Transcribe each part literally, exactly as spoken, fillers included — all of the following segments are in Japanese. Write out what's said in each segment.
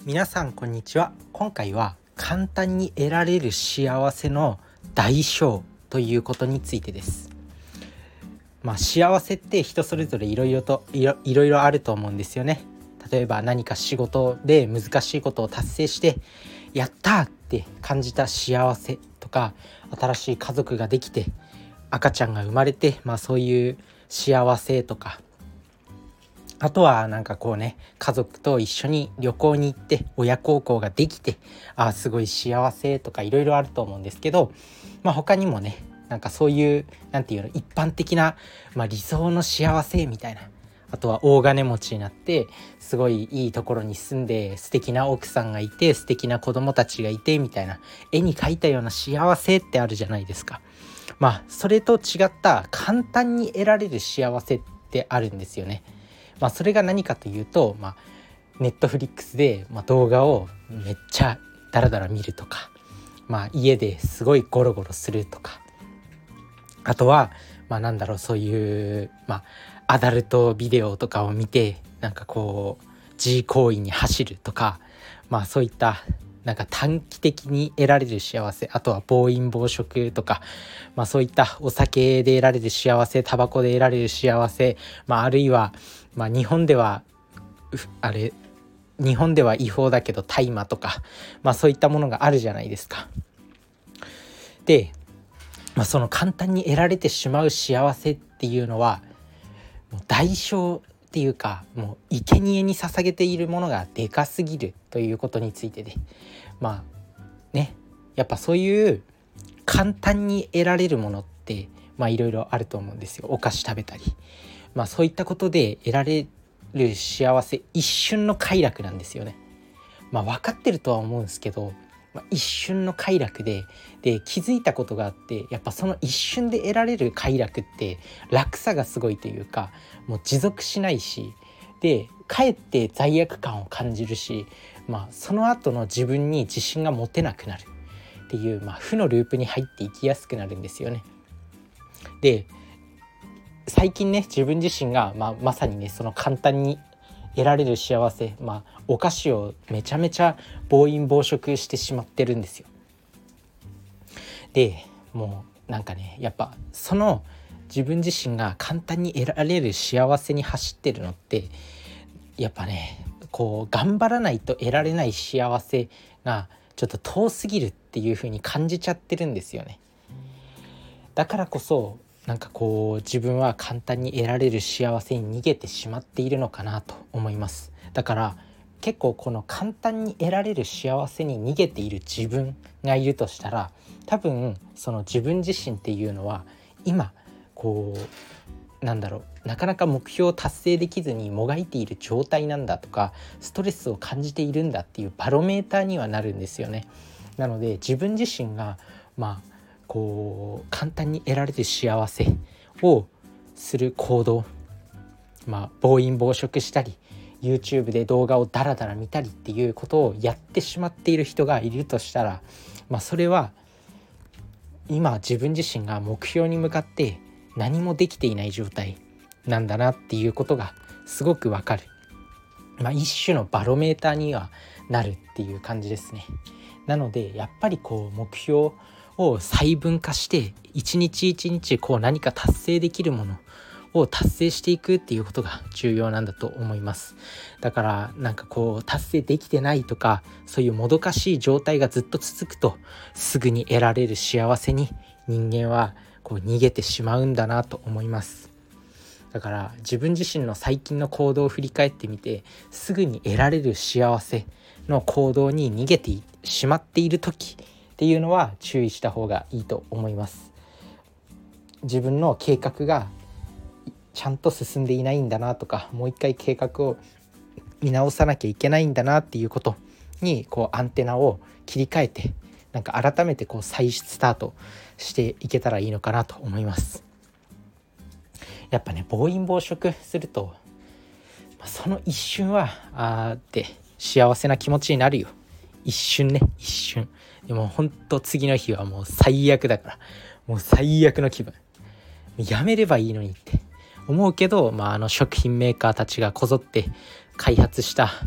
皆さんこんにちは。今回は簡単に得られる幸せの代償ということについてです。まあ幸せって人それぞれいろいろといろいろいろあると思うんですよね。例えば何か仕事で難しいことを達成してやったーって感じた幸せとか、新しい家族ができて赤ちゃんが生まれて、まあそういう幸せとか、あとはなんかこうね、家族と一緒に旅行に行って親孝行ができて、あーすごい幸せとかいろいろあると思うんですけど、まあ他にもね、なんかそういうなんていうの、一般的な、まあ、理想の幸せみたいな、あとは大金持ちになってすごいいいところに住んで素敵な奥さんがいて素敵な子供たちがいてみたいな、絵に描いたような幸せってあるじゃないですか。まあそれと違った簡単に得られる幸せってあるんですよね。まあそれが何かというと、まあネットフリックスで、まあ、動画をめっちゃダラダラ見るとか、まあ家ですごいゴロゴロするとか、あとはまあなんだろう、そういうまあアダルトビデオとかを見てなんかこう自慰行為に走るとか、まあそういったなんか短期的に得られる幸せ、あとは暴飲暴食とか、まあそういったお酒で得られる幸せ、タバコで得られる幸せ、まああるいはまあ日本ではあれ日本では違法だけど大麻とか、まあそういったものがあるじゃないですか。で、まあ、その簡単に得られてしまう幸せっていうのはもう代償っていうか、もう生贄に捧げているものがでかすぎるということについてで、まあね、やっぱそういう簡単に得られるものってまあいろいろあると思うんですよ。お菓子食べたり、まあそういったことで得られる幸せ、一瞬の快楽なんですよね。まあ分かってるとは思うんですけど、まあ、一瞬の快楽でで気づいたことがあって、やっぱその一瞬で得られる快楽って楽さがすごいというか、もう持続しないし、でかえって罪悪感を感じるし、まあその後の自分に自信が持てなくなるっていう、まあ、負のループに入っていきやすくなるんですよね。で最近ね、自分自身が、まあ、まさにねその簡単に得られる幸せ、まあお菓子をめちゃめちゃ暴飲暴食してしまってるんですよ。でもうなんかね、やっぱその自分自身が簡単に得られる幸せに走ってるのって、やっぱねこう頑張らないと得られない幸せがちょっと遠すぎるっていう風に感じちゃってるんですよね。だからこそなんかこう自分は簡単に得られる幸せに逃げてしまっているのかなと思います。だから結構この簡単に得られる幸せに逃げている自分がいるとしたら、多分その自分自身っていうのは今こうなんだろう、なかなか目標を達成できずにもがいている状態なんだとか、ストレスを感じているんだっていうバロメーターにはなるんですよね。なので自分自身がまあこう簡単に得られる幸せをする行動、まあ暴飲暴食したり YouTube で動画をダラダラ見たりっていうことをやってしまっている人がいるとしたら、まあそれは今自分自身が目標に向かって何もできていない状態なんだなっていうことがすごくわかる、まあ一種のバロメーターにはなるっていう感じですね。なのでやっぱりこう目標を細分化して一日一日こう何か達成できるものを達成していくっていうことが重要なんだと思います。だからなんかこう達成できてないとか、そういうもどかしい状態がずっと続くとすぐに得られる幸せに人間はこう逃げてしまうんだなと思います。だから自分自身の最近の行動を振り返ってみて、すぐに得られる幸せの行動に逃げてしまっている時っていうのは注意した方がいいと思います。自分の計画がちゃんと進んでいないんだなとか、もう一回計画を見直さなきゃいけないんだなっていうことにこうアンテナを切り替えて、なんか改めてこう再スタートしていけたらいいのかなと思います。やっぱね暴飲暴食するとその一瞬はあーって幸せな気持ちになるよ。一瞬ね、一瞬。でもほんと次の日はもう最悪だから、もう最悪の気分。やめればいいのにって思うけど、まあ、あの食品メーカーたちがこぞって開発した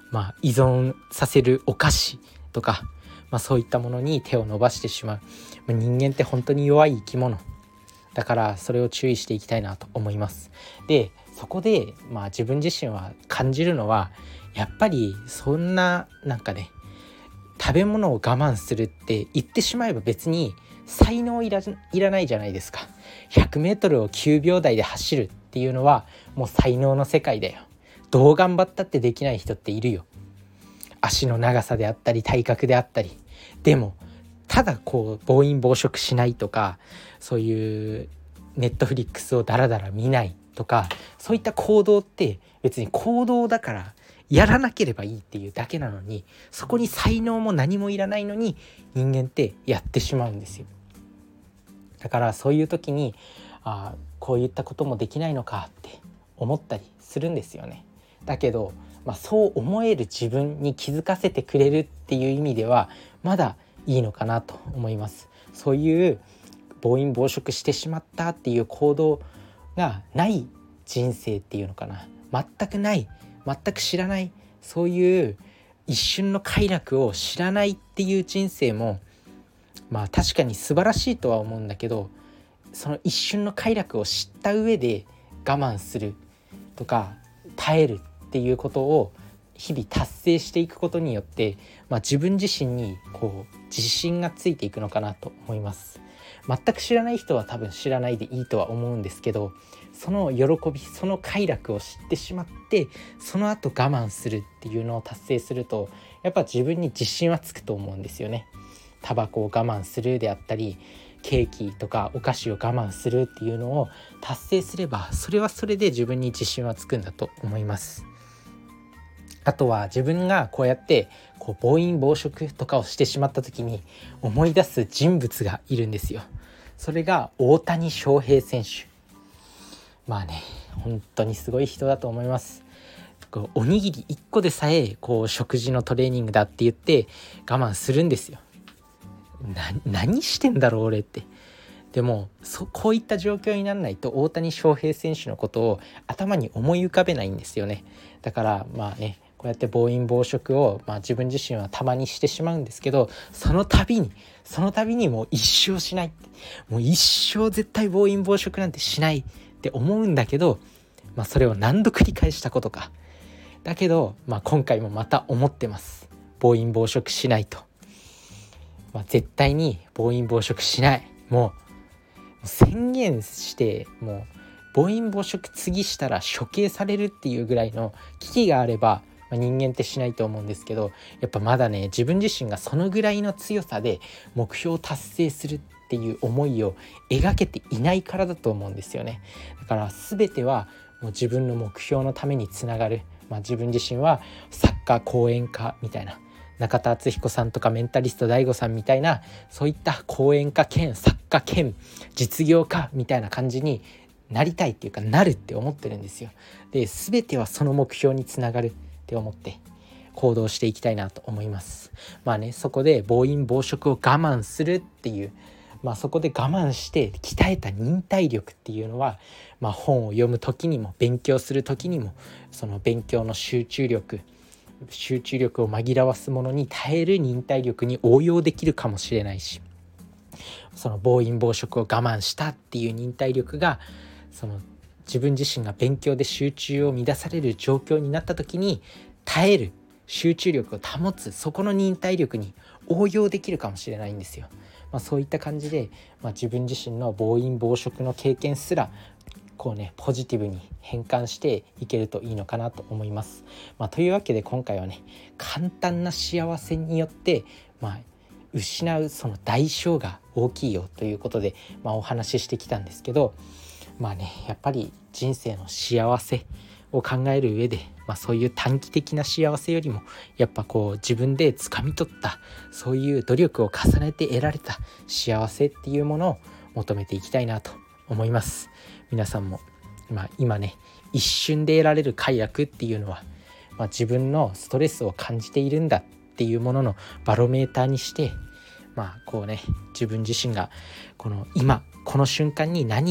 まあ、依存させるお菓子とか、まあ、そういったものに手を伸ばしてしまう、まあ、人間って本当に弱い生き物だから、それを注意していきたいなと思います。でそこで、まあ、自分自身は感じるのは、やっぱりそんななんかね、食べ物を我慢するって言ってしまえば別に才能いら、いらないじゃないですか。ひゃくメートルをきゅうびょうだいで走るっていうのはもう才能の世界だよ。どう頑張ったってできない人っているよ。足の長さであったり体格であったり。でもただこう暴飲暴食しないとか、そういうネットフリックスをダラダラ見ないとか、そういった行動って別に行動だからやらなければいいっていうだけなのに、そこに才能も何もいらないのに人間ってやってしまうんですよ。だからそういう時に、あ、こういったこともできないのかって思ったりするんですよね。だけど、まあ、そう思える自分に気づかせてくれるっていう意味ではまだいいのかなと思います。そういう暴飲暴食してしまったっていう行動がない人生っていうのかな、全くない全く知らない、そういう一瞬の快楽を知らないっていう人生も、まあ確かに素晴らしいとは思うんだけど、その一瞬の快楽を知った上で我慢するとか耐えるっていうことを日々達成していくことによって、まあ、自分自身にこう自信がついていくのかなと思います。全く知らない人は多分知らないでいいとは思うんですけど、その喜び、その快楽を知ってしまってその後我慢するっていうのを達成すると、やっぱ自分に自信はつくと思うんですよね。タバコを我慢するであったり、ケーキとかお菓子を我慢するっていうのを達成すれば、それはそれで自分に自信はつくんだと思います。あとは自分がこうやってこう暴飲暴食とかをしてしまった時に思い出す人物がいるんですよ。それが大谷翔平選手。まあね、本当にすごい人だと思います。こうおにぎりいっこでさえこう食事のトレーニングだって言って我慢するんですよ。な何してんだろう俺って。でもそこういった状況にならないと大谷翔平選手のことを頭に思い浮かべないんですよね。だからまあね、こうやって暴飲暴食を、まあ、自分自身はたまにしてしまうんですけど、その度にその度にもう一生しないって、もう一生絶対暴飲暴食なんてしないって思うんだけど、まあ、それを何度繰り返したことか。だけど、まあ、今回もまた思ってます。暴飲暴食しないと、まあ、絶対に暴飲暴食しない、もう宣言して、もう暴飲暴食次したら処刑されるっていうぐらいの危機があれば、まあ、人間ってしないと思うんですけど、やっぱまだね、自分自身がそのぐらいの強さで目標を達成するっていう思いを描けていないからだと思うんですよね。だから全てはもう自分の目標のためにつながる、まあ、自分自身はサッカー講演家みたいな、中田敦彦さんとかメンタリスト ダイゴ さんみたいな、そういった講演家兼作家兼実業家みたいな感じになりたいっていうか、なるって思ってるんですよ。で、全てはその目標につながるって思って行動していきたいなと思います。まあね、そこで暴飲暴食を我慢するっていう、まあそこで我慢して鍛えた忍耐力っていうのは、まあ本を読む時にも勉強する時にも、その勉強の集中力集中力を紛らわすものに耐える忍耐力に応用できるかもしれないし、その暴飲暴食を我慢したっていう忍耐力が、その自分自身が勉強で集中を乱される状況になった時に耐える集中力を保つ、そこの忍耐力に応用できるかもしれないんですよ。まあ、そういった感じで、まあ、自分自身の暴飲暴食の経験すらこうね、ポジティブに変換していけるといいのかなと思います。まあ、というわけで今回はね、簡単な幸せによって、まあ、失うその代償が大きいよということで、まあ、お話ししてきたんですけど、まあね、やっぱり人生の幸せを考える上で、まあ、そういう短期的な幸せよりもやっぱこう自分で掴み取ったそういう努力を重ねて得られた幸せっていうものを求めていきたいなと思います。皆さんも、まあ、今ね、一瞬で得られる快楽っていうのは、まあ、自分のストレスを感じているんだっていうもののバロメーターにして、まあこうね、自分自身がこの今この瞬間に何を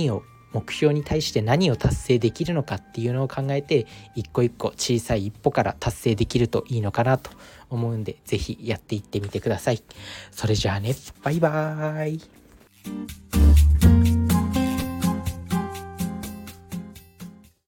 目標に対して何を達成できるのかっていうのを考えて、一個一個小さい一歩から達成できるといいのかなと思うんで、ぜひやっていってみてください。それじゃあね、バイバーイ。